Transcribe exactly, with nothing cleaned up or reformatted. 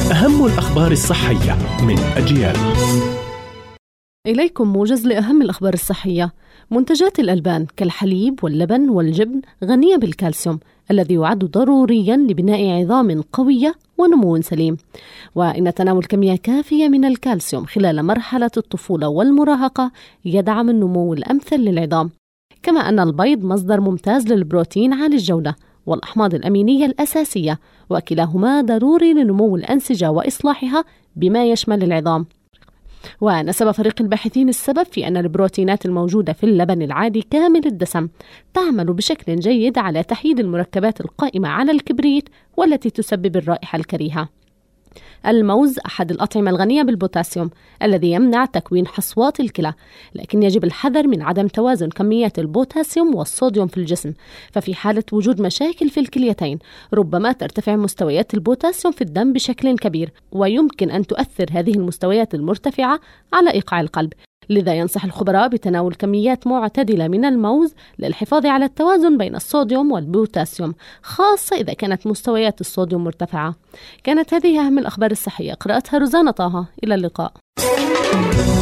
أهم الأخبار الصحية من أجيال. إليكم موجز لأهم الأخبار الصحية. منتجات الألبان كالحليب واللبن والجبن غنية بالكالسيوم الذي يعد ضروريا لبناء عظام قوية ونمو سليم، وإن تناول كمية كافية من الكالسيوم خلال مرحلة الطفولة والمراهقة يدعم النمو الأمثل للعظام. كما أن البيض مصدر ممتاز للبروتين عالي الجودة والأحماض الأمينية الأساسية، وكلاهما ضروري لنمو الأنسجة وإصلاحها بما يشمل العظام. ونسب فريق الباحثين السبب في أن البروتينات الموجودة في اللبن العادي كامل الدسم تعمل بشكل جيد على تحييد المركبات القائمة على الكبريت والتي تسبب الرائحة الكريهة. الموز أحد الأطعمة الغنية بالبوتاسيوم الذي يمنع تكوين حصوات الكلى، لكن يجب الحذر من عدم توازن كميات البوتاسيوم والصوديوم في الجسم، ففي حالة وجود مشاكل في الكليتين ربما ترتفع مستويات البوتاسيوم في الدم بشكل كبير، ويمكن أن تؤثر هذه المستويات المرتفعة على إيقاع القلب. لذا ينصح الخبراء بتناول كميات معتدلة من الموز للحفاظ على التوازن بين الصوديوم والبوتاسيوم، خاصة إذا كانت مستويات الصوديوم مرتفعة. كانت هذه أهم الأخبار الصحية، قرأتها روزانا طه. إلى اللقاء.